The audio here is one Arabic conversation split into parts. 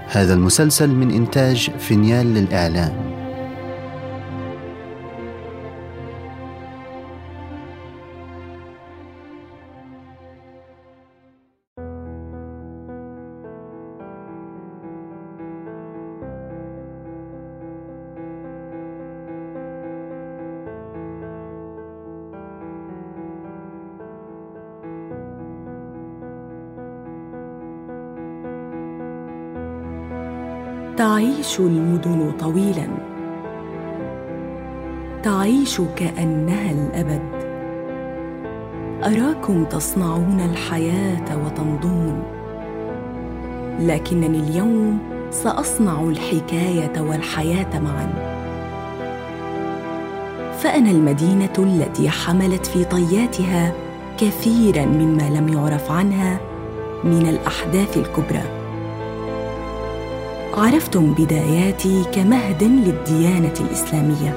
هذا المسلسل من إنتاج فينيال للإعلام. تعيش المدن طويلاً، تعيش كأنها الأبد. أراكم تصنعون الحياة وتمضون، لكنني اليوم سأصنع الحكاية والحياة معاً. فأنا المدينة التي حملت في طياتها كثيراً مما لم يعرف عنها من الأحداث الكبرى. عرفتم بداياتي كمهد للديانة الإسلامية،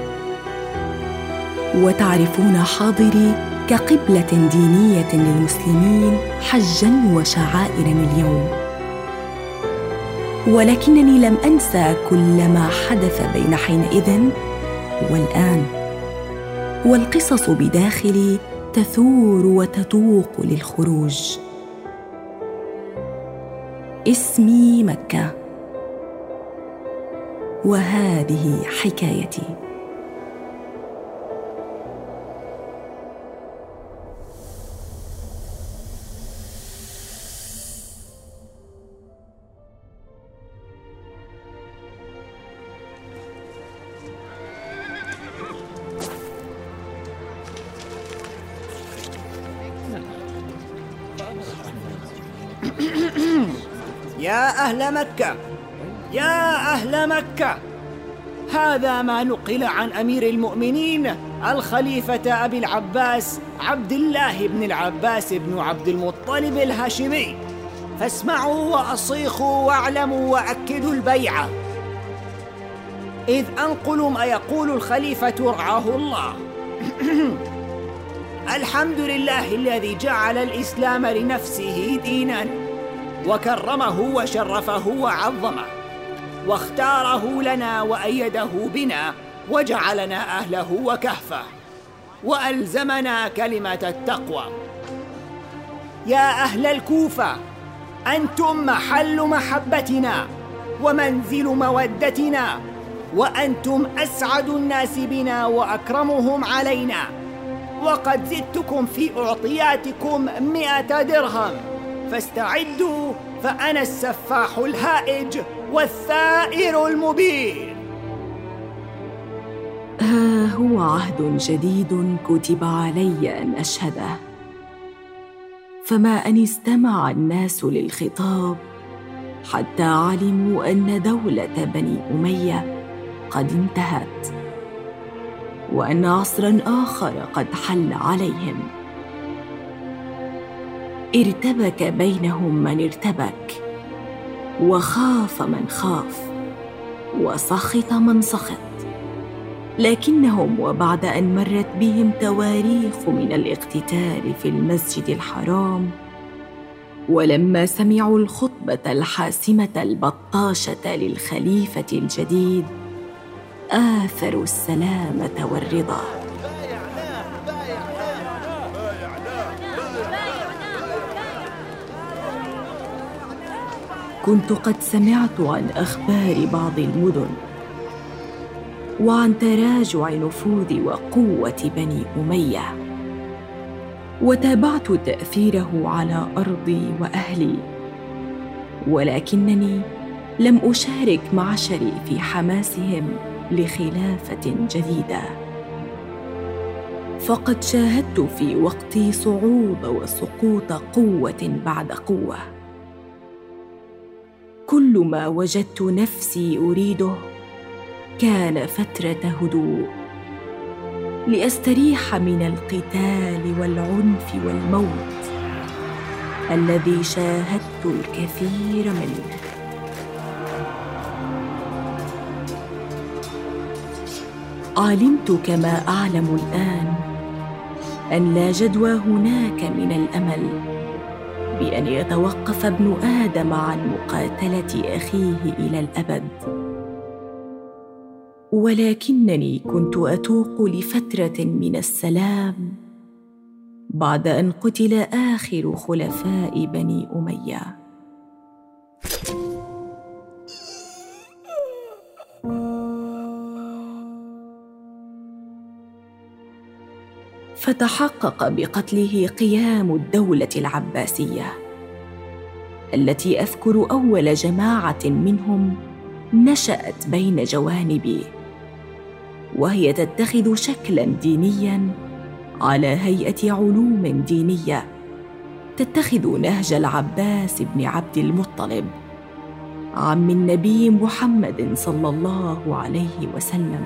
وتعرفون حاضري كقبلة دينية للمسلمين حجاً وشعائراً اليوم. ولكنني لم أنسى كل ما حدث بين حينئذ والآن، والقصص بداخلي تثور وتتوق للخروج. اسمي مكة، وهذه حكايتي. يا أهل مكة، يا أهل مكة، هذا ما نقل عن أمير المؤمنين الخليفة أبي العباس عبد الله بن العباس بن عبد المطلب الهاشمي، فاسمعوا وأصيخوا واعلموا وأكدوا البيعة، إذ أنقل ما يقول الخليفة رعاه الله. الحمد لله الذي جعل الإسلام لنفسه ديناً، وكرمه وشرفه وعظمه، واختاره لنا وأيده بنا، وجعلنا أهله وكهفه، وألزمنا كلمة التقوى. يا أهل الكوفة، أنتم محل محبتنا ومنزل مودتنا، وأنتم أسعد الناس بنا وأكرمهم علينا، وقد زدتكم في أعطياتكم 100 درهم، فاستعدوا، فأنا السفاح الهائج والثائر المبين. ها هو عهد جديد كتب علي أن أشهده، فما أن استمع الناس للخطاب حتى علموا أن دولة بني أمية قد انتهت، وأن عصراً آخر قد حل عليهم. ارتبك بينهم من ارتبك، وخاف من خاف، وسخط من سخط، لكنهم وبعد أن مرت بهم تواريخ من الاقتتال في المسجد الحرام، ولما سمعوا الخطبة الحاسمة البطاشة للخليفة الجديد، آثروا السلامة والرضا. كنت قد سمعت عن أخبار بعض المدن، وعن تراجع نفوذ وقوة بني أمية، وتابعت تأثيره على أرضي وأهلي، ولكنني لم أشارك معشري في حماسهم لخلافة جديدة، فقد شاهدت في وقتي صعود وسقوط قوة بعد قوة. كل ما وجدت نفسي أريده كان فترة هدوء، لأستريح من القتال والعنف والموت الذي شاهدت الكثير منه. علمت كما أعلم الآن أن لا جدوى هناك من الأمل، بأن يتوقف ابن آدم عن مقاتلة أخيه إلى الأبد، ولكنني كنت أتوق لفترة من السلام بعد أن قتل آخر خلفاء بني أمية. فتحقق بقتله قيام الدولة العباسية، التي أذكر أول جماعة منهم نشأت بين جوانبي، وهي تتخذ شكلاً دينياً على هيئة علوم دينية، تتخذ نهج العباس بن عبد المطلب عم النبي محمد صلى الله عليه وسلم،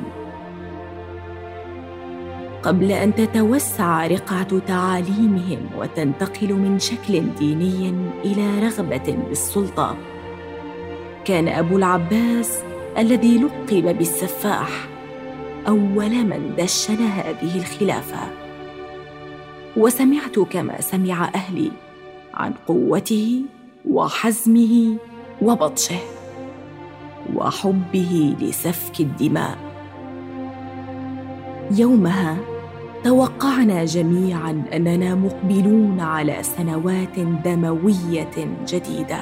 قبل أن تتوسع رقعة تعاليمهم وتنتقل من شكل ديني إلى رغبة بالسلطة. كان أبو العباس الذي لقب بالسفاح أول من دشن هذه الخلافة، وسمعت كما سمع أهلي عن قوته وحزمه وبطشه وحبه لسفك الدماء. يومها توقعنا جميعاً أننا مقبلون على سنوات دموية جديدة،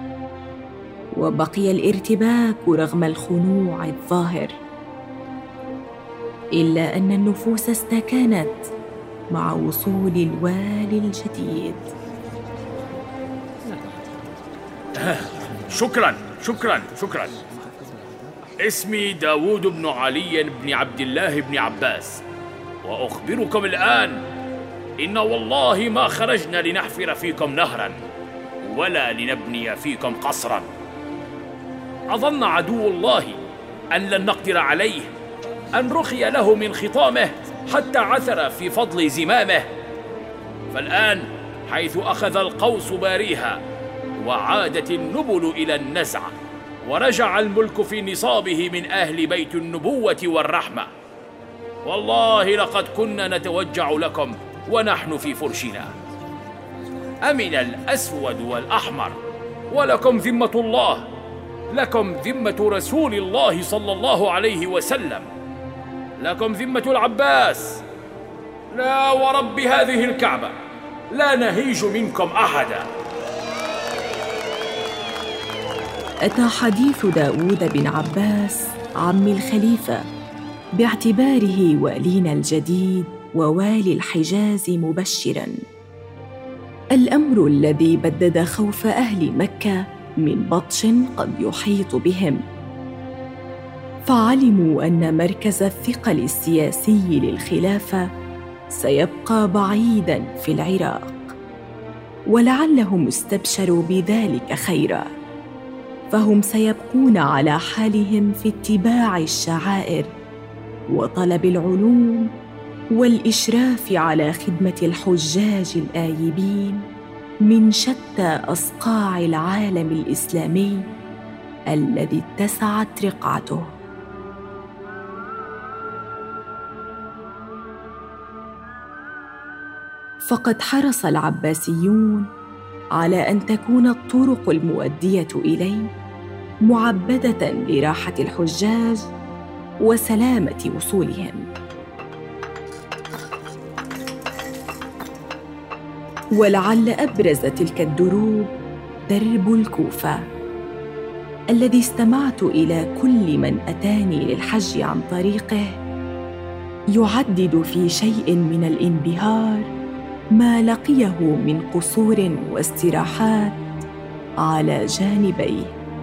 وبقي الارتباك رغم الخنوع الظاهر، إلا أن النفوس استكانت مع وصول الوالي الجديد. شكراً. اسمي داود بن علي بن عبد الله بن عباس، وأخبركم الآن إن والله ما خرجنا لنحفر فيكم نهراً ولا لنبني فيكم قصراً. أظن عدو الله أن لن نقدر عليه أن رخي له من خطامه حتى عثر في فضل زمامه، فالآن حيث أخذ القوس باريها وعادت النبل إلى النزع ورجع الملك في نصابه من أهل بيت النبوة والرحمة، والله لقد كنا نتوجع لكم ونحن في فرشنا. أمن الأسود والأحمر، ولكم ذمة الله، لكم ذمة رسول الله صلى الله عليه وسلم، لكم ذمة العباس. لا ورب هذه الكعبة لا نهيج منكم أحدا. أتى حديث داود بن عباس عم الخليفة باعتباره والينا الجديد ووالي الحجاز مبشراً، الأمر الذي بدد خوف أهل مكة من بطش قد يحيط بهم، فعلموا أن مركز الثقل السياسي للخلافة سيبقى بعيداً في العراق، ولعلهم استبشروا بذلك خيراً، فهم سيبقون على حالهم في اتباع الشعائر وطلب العلوم والإشراف على خدمة الحجاج الآيبين من شتى أصقاع العالم الإسلامي الذي اتسعت رقعته. فقد حرص العباسيون على أن تكون الطرق المؤدية إليه معبدة لراحة الحجاج وسلامة وصولهم، ولعل أبرز تلك الدروب درب الكوفة، الذي استمعت إلى كل من أتاني للحج عن طريقه يعدد في شيء من الانبهار ما لقيه من قصور واستراحات على جانبيه.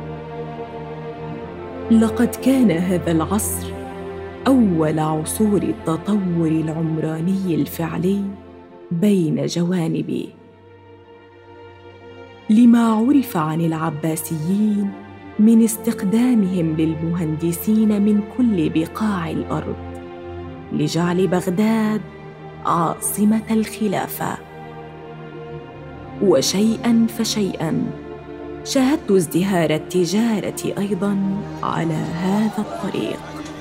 لقد كان هذا العصر أول عصور التطور العمراني الفعلي بين جوانبي، لما عرف عن العباسيين من استخدامهم للمهندسين من كل بقاع الأرض لجعل بغداد عاصمة الخلافة. وشيئاً فشيئاً شاهدت ازدهار التجارة أيضاً على هذا الطريق،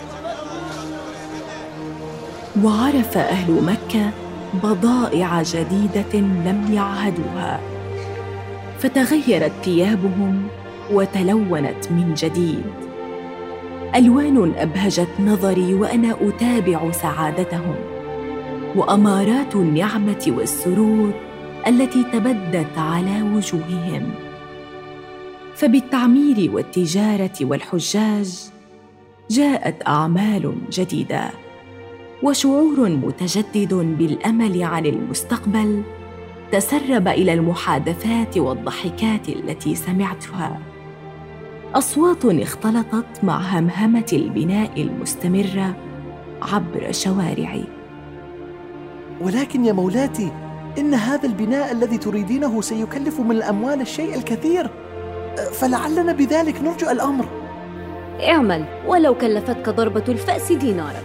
وعرف أهل مكة بضائع جديدة لم يعهدوها، فتغيرت ثيابهم وتلونت من جديد. ألوان أبهجت نظري وأنا أتابع سعادتهم، وأمارات النعمة والسرور التي تبدت على وجوههم. فبالتعمير والتجارة والحجاج جاءت أعمال جديدة، وشعور متجدد بالأمل عن المستقبل تسرب إلى المحادثات والضحكات التي سمعتها. أصوات اختلطت مع همهمة البناء المستمرة عبر شوارعي. ولكن يا مولاتي، إن هذا البناء الذي تريدينه سيكلف من الأموال الشيء الكثير، فلعلنا بذلك نرجع الأمر. اعمل ولو كلفتك ضربة الفأس دينارا.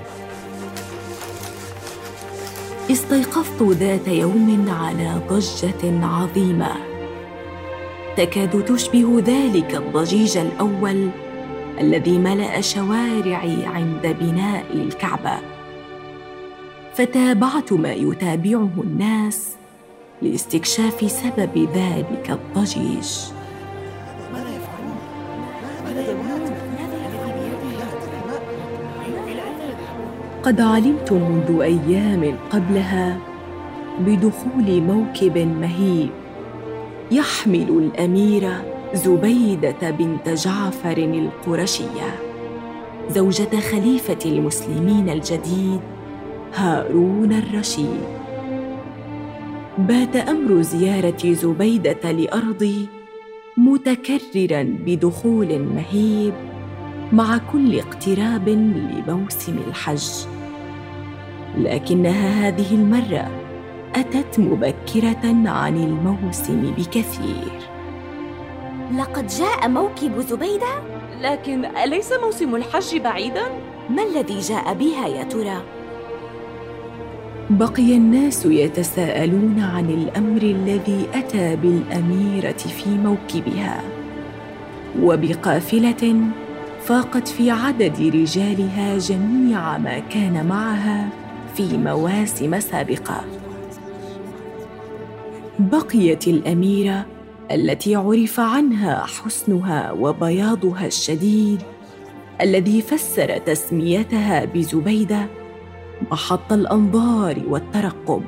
استيقظت ذات يوم على ضجة عظيمة تكاد تشبه ذلك الضجيج الأول الذي ملأ شوارعي عند بناء الكعبة. فتابعت ما يتابعه الناس لاستكشاف سبب ذلك الضجيج. قد علمت منذ أيام قبلها بدخول موكب مهيب يحمل الأميرة زبيدة بنت جعفر القرشية، زوجة خليفة المسلمين الجديد هارون الرشيد. بات أمر زيارة زبيدة لأرضي متكرراً بدخول مهيب مع كل اقتراب لموسم الحج، لكنها هذه المرة أتت مبكرة عن الموسم بكثير. لقد جاء موكب زبيدة؟ لكن أليس موسم الحج بعيداً؟ ما الذي جاء بها يا ترى؟ بقي الناس يتساءلون عن الأمر الذي أتى بالأميرة في موكبها، وبقافلة فاقت في عدد رجالها جميع ما كان معها في مواسم سابقة. بقيت الأميرة التي عرف عنها حسنها وبياضها الشديد الذي فسر تسميتها بزبيدة محط الأنظار والترقب،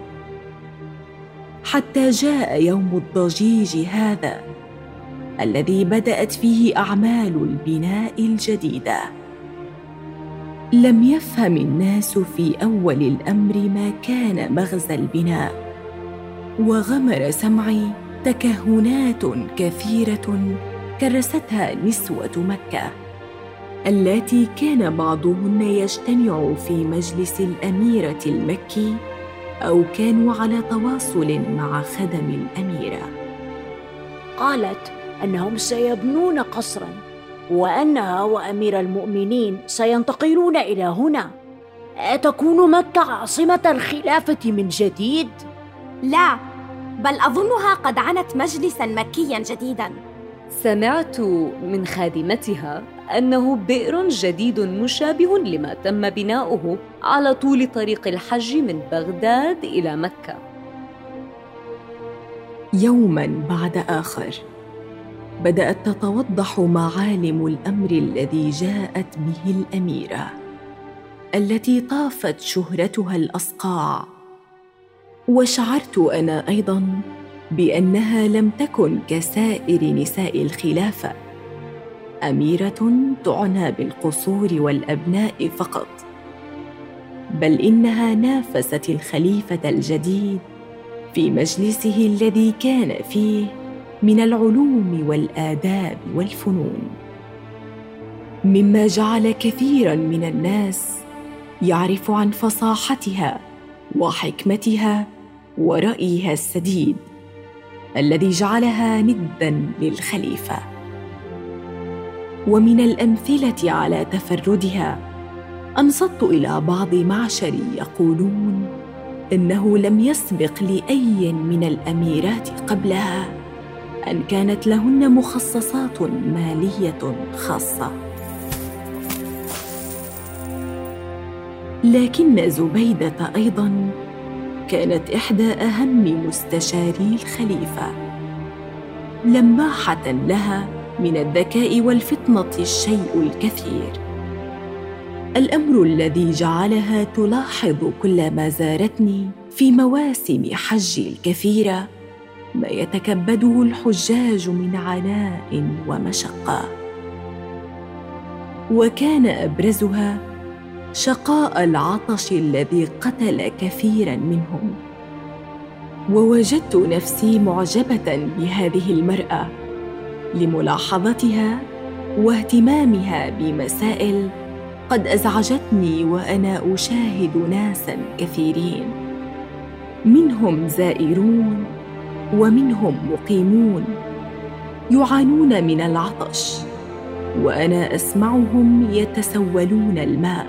حتى جاء يوم الضجيج هذا الذي بدأت فيه أعمال البناء الجديدة. لم يفهم الناس في أول الأمر ما كان مغزى البناء، وغمر سمعي تكهنات كثيرة كرستها نسوة مكة، اللاتي كان بعضهن يجتمع في مجلس الأميرة المكي أو كانوا على تواصل مع خدم الأميرة. قالت أنهم سيبنون قصراً، وأنها وأمير المؤمنين سينتقلون إلى هنا. أتكون مكة عاصمة الخلافة من جديد؟ لا، بل أظنها قد عنت مجلساً مكياً جديداً. سمعت من خادمتها أنه بئر جديد مشابه لما تم بناؤه على طول طريق الحج من بغداد إلى مكة. يوماً بعد آخر بدأت تتوضح معالم الأمر الذي جاءت به الأميرة، التي طافت شهرتها الأصقاع. وشعرت أنا أيضاً بأنها لم تكن كسائر نساء الخلافة، أميرة تعنى بالقصور والأبناء فقط، بل إنها نافست الخليفة الجديد في مجلسه الذي كان فيه من العلوم والآداب والفنون، مما جعل كثيراً من الناس يعرف عن فصاحتها وحكمتها ورأيها السديد الذي جعلها نداً للخليفة. ومن الأمثلة على تفردها أنصت إلى بعض معشري يقولون إنه لم يسبق لأي من الأميرات قبلها أن كانت لهن مخصصات مالية خاصة. لكن زبيدة أيضاً كانت إحدى أهم مستشاري الخليفة، لماحة لها من الذكاء والفطنة الشيء الكثير. الأمر الذي جعلها تلاحظ كل ما زارتني في مواسم حج الكثيرة ما يتكبده الحجاج من عناء ومشقة، وكان أبرزها شقاء العطش الذي قتل كثيراً منهم. ووجدت نفسي معجبة بهذه المرأة لملاحظتها واهتمامها بمسائل قد أزعجتني وأنا أشاهد ناساً كثيرين، منهم زائرون ومنهم مقيمون يعانون من العطش، وأنا أسمعهم يتسولون الماء.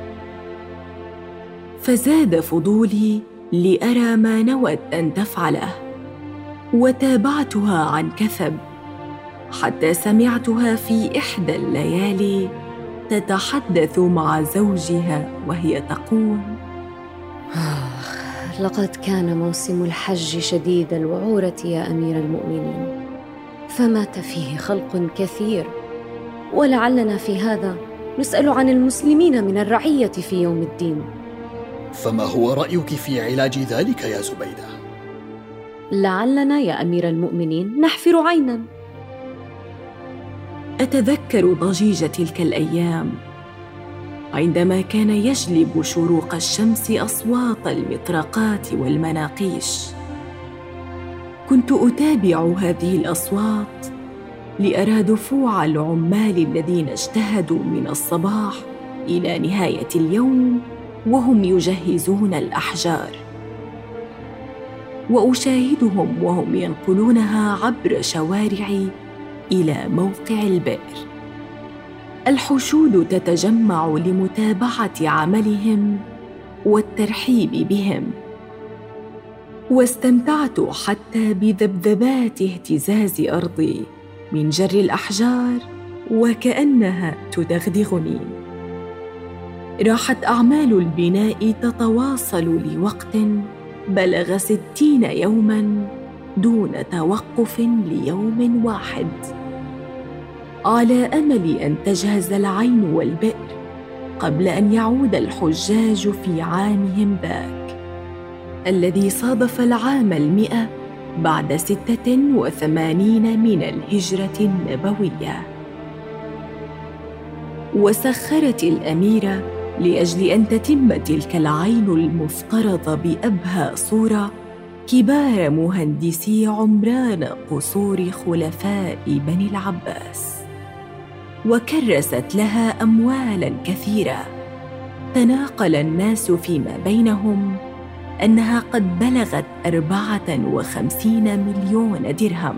فزاد فضولي لأرى ما نوت أن تفعله، وتابعتها عن كثب حتى سمعتها في إحدى الليالي تتحدث مع زوجها وهي تقول: لقد كان موسم الحج شديد الوعورة يا أمير المؤمنين، فمات فيه خلق كثير، ولعلنا في هذا نسأل عن المسلمين من الرعية في يوم الدين. فما هو رأيك في علاج ذلك يا زبيدة؟ لعلنا يا أمير المؤمنين نحفر عيناً. أتذكر ضجيج تلك الأيام عندما كان يجلب شروق الشمس أصوات المطرقات والمناقيش. كنت أتابع هذه الأصوات لأرى دفوع العمال الذين اجتهدوا من الصباح إلى نهاية اليوم وهم يجهزون الأحجار، وأشاهدهم وهم ينقلونها عبر شوارع إلى موقع البئر. الحشود تتجمع لمتابعة عملهم والترحيب بهم، واستمتعت حتى بذبذبات اهتزاز أرضي من جر الأحجار وكأنها تدغدغني. راحت أعمال البناء تتواصل لوقت بلغ 60 يوماً دون توقف ليوم واحد، على أمل أن تجهز العين والبئر قبل أن يعود الحجاج في عامهم ذاك الذي صادف العام 100 بعد 86 من الهجرة النبوية. وسخرت الأميرة لأجل أن تتم تلك العين المفترضة بأبهى صورة كبار مهندسي عمران قصور خلفاء بني العباس، وكرست لها أموالاً كثيرة. تناقل الناس فيما بينهم أنها قد بلغت 54 مليون درهم،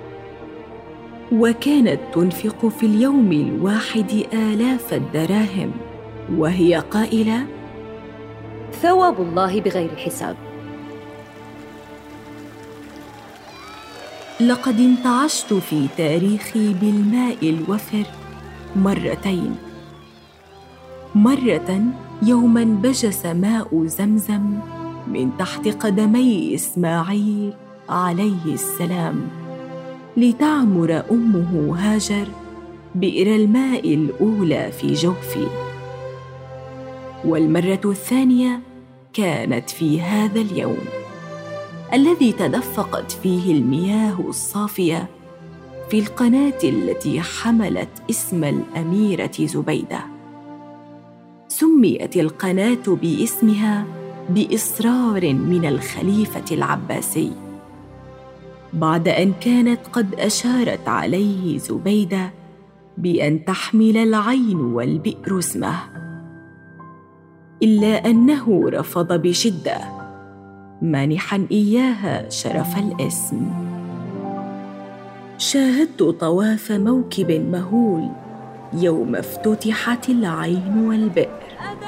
وكانت تنفق في اليوم الواحد آلاف الدراهم، وهي قائلة: ثواب الله بغير حساب. لقد انتعشت في تاريخي بالماء الوفر مرتين، مرة يوماً بجس ماء زمزم من تحت قدمي إسماعيل عليه السلام لتعمر أمه هاجر بئر الماء الأولى في جوفي، والمرة الثانية كانت في هذا اليوم الذي تدفقت فيه المياه الصافية في القناة التي حملت اسم الأميرة زبيدة. سميت القناة باسمها بإصرار من الخليفة العباسي، بعد أن كانت قد أشارت عليه زبيدة بأن تحمل العين والبئر اسمه، إلا أنه رفض بشدة، مانحاً إياها شرف الاسم. شاهدت طواف موكب مهول يوم افتتحت العين والبئر.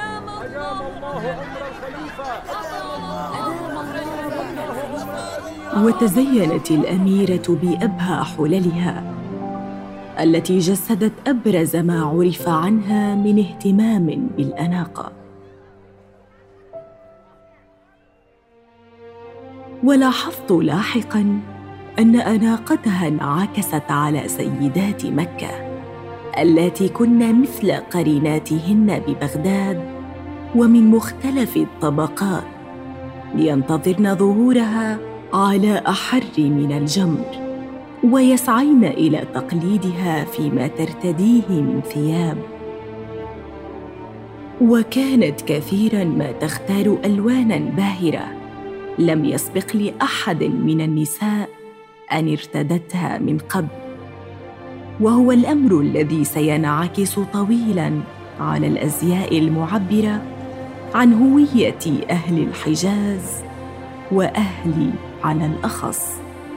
وتزينت الأميرة بأبهى حللها التي جسدت أبرز ما عرف عنها من اهتمام بالأناقة. ولاحظت لاحقاً أن أناقتها انعكست على سيدات مكة اللاتي كن مثل قريناتهن ببغداد ومن مختلف الطبقات، لينتظرن ظهورها على أحر من الجمر ويسعين إلى تقليدها فيما ترتديه من ثياب. وكانت كثيراً ما تختار ألواناً باهرة لم يسبق لأحد من النساء أن ارتدتها من قبل، وهو الأمر الذي سينعكس طويلاً على الأزياء المعبرة عن هوية أهل الحجاز وأهل على الأخص.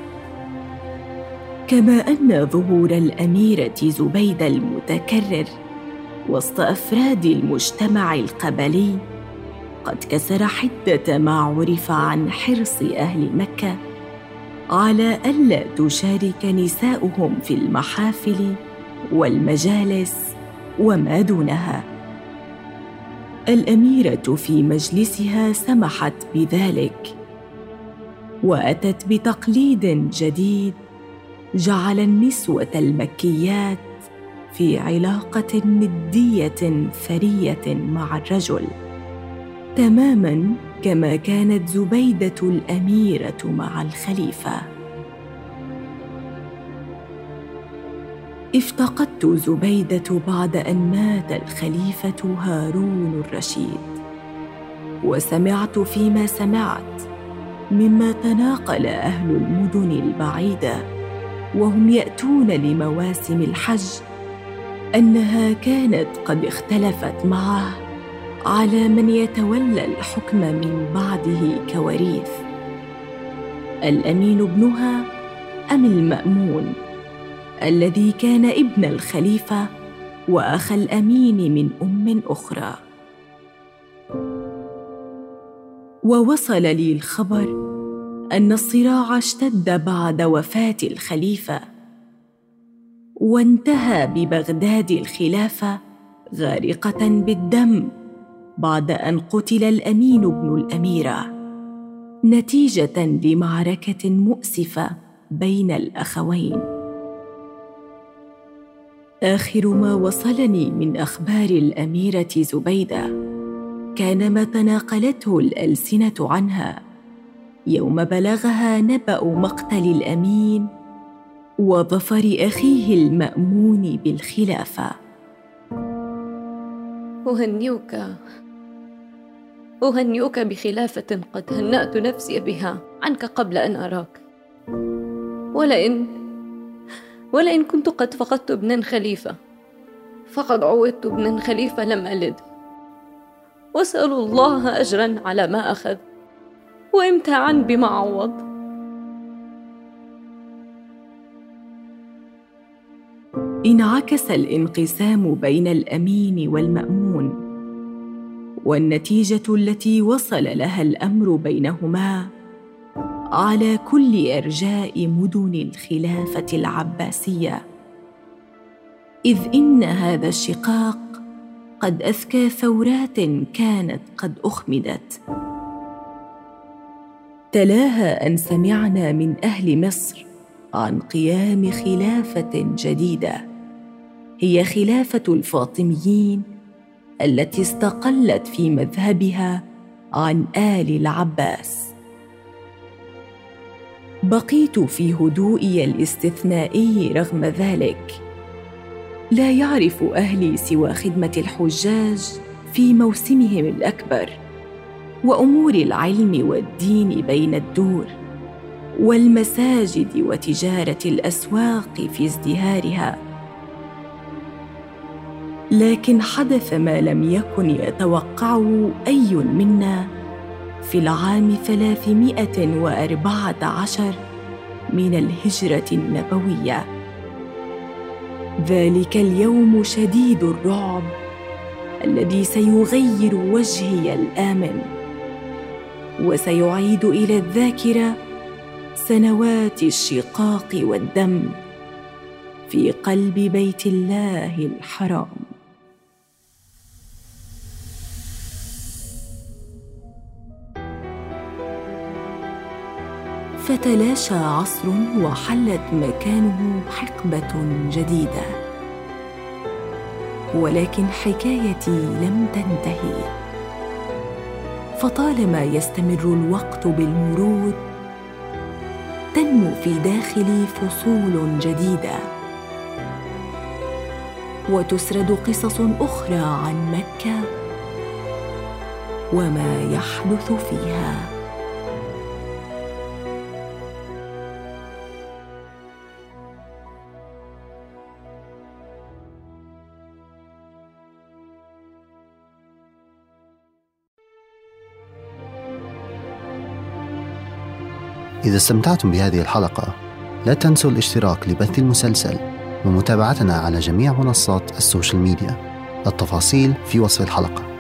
كما أن ظهور الأميرة زبيدة المتكرر وسط أفراد المجتمع القبلي قد كسر حدة ما عرف عن حرص أهل مكة على ألا تشارك نساؤهم في المحافل والمجالس وما دونها. الأميرة في مجلسها سمحت بذلك، وأتت بتقليد جديد جعل النسوة المكيات في علاقة ندية ثرية مع الرجل، تماماً كما كانت زبيدة الأميرة مع الخليفة. افتقدت زبيدة بعد أن مات الخليفة هارون الرشيد، وسمعت فيما سمعت مما تناقل أهل المدن البعيدة وهم يأتون لمواسم الحج أنها كانت قد اختلفت معه على من يتولى الحكم من بعده كوريث، الأمين ابنها أم المأمون الذي كان ابن الخليفة وأخ الأمين من أم أخرى. ووصل لي الخبر أن الصراع اشتد بعد وفاة الخليفة، وانتهى ببغداد الخلافة غارقة بالدم بعد أن قتل الأمين بن الأميرة نتيجة لمعركة مؤسفة بين الأخوين. آخر ما وصلني من أخبار الأميرة زبيدة كان ما تناقلته الألسنة عنها يوم بلغها نبأ مقتل الأمين وظفر أخيه المأمون بالخلافة. أهنئك بخلافة قد هنأت نفسي بها عنك قبل أن أراك، ولئن كنت قد فقدت ابنا خليفة فقد عودت ابنا خليفة لم ألد، وأسأل الله أجرا على ما أخذ وامتعا بما عوض. انعكس الانقسام بين الأمين والمأمون، والنتيجة التي وصل لها الأمر بينهما على كل أرجاء مدن الخلافة العباسية، إذ إن هذا الشقاق قد أذكى ثورات كانت قد أخمدت. تلاها أن سمعنا من أهل مصر عن قيام خلافة جديدة هي خلافة الفاطميين التي استقلت في مذهبها عن آل العباس. بقيت في هدوئي الاستثنائي رغم ذلك. لا يعرف أهلي سوى خدمة الحجاج في موسمهم الأكبر وأمور العلم والدين بين الدور والمساجد وتجارة الأسواق في ازدهارها. لكن حدث ما لم يكن يتوقعه أي منا في العام 314 من الهجرة النبوية. ذلك اليوم شديد الرعب الذي سيغير وجهي الآمن وسيعيد إلى الذاكرة سنوات الشقاق والدم في قلب بيت الله الحرام. فتلاشى عصر وحلت مكانه حقبة جديدة. ولكن حكايتي لم تنتهي، فطالما يستمر الوقت بالمرور تنمو في داخلي فصول جديدة، وتسرد قصص أخرى عن مكة وما يحدث فيها. إذا استمتعتم بهذه الحلقة لا تنسوا الاشتراك لبث المسلسل ومتابعتنا على جميع منصات السوشيال ميديا. التفاصيل في وصف الحلقة.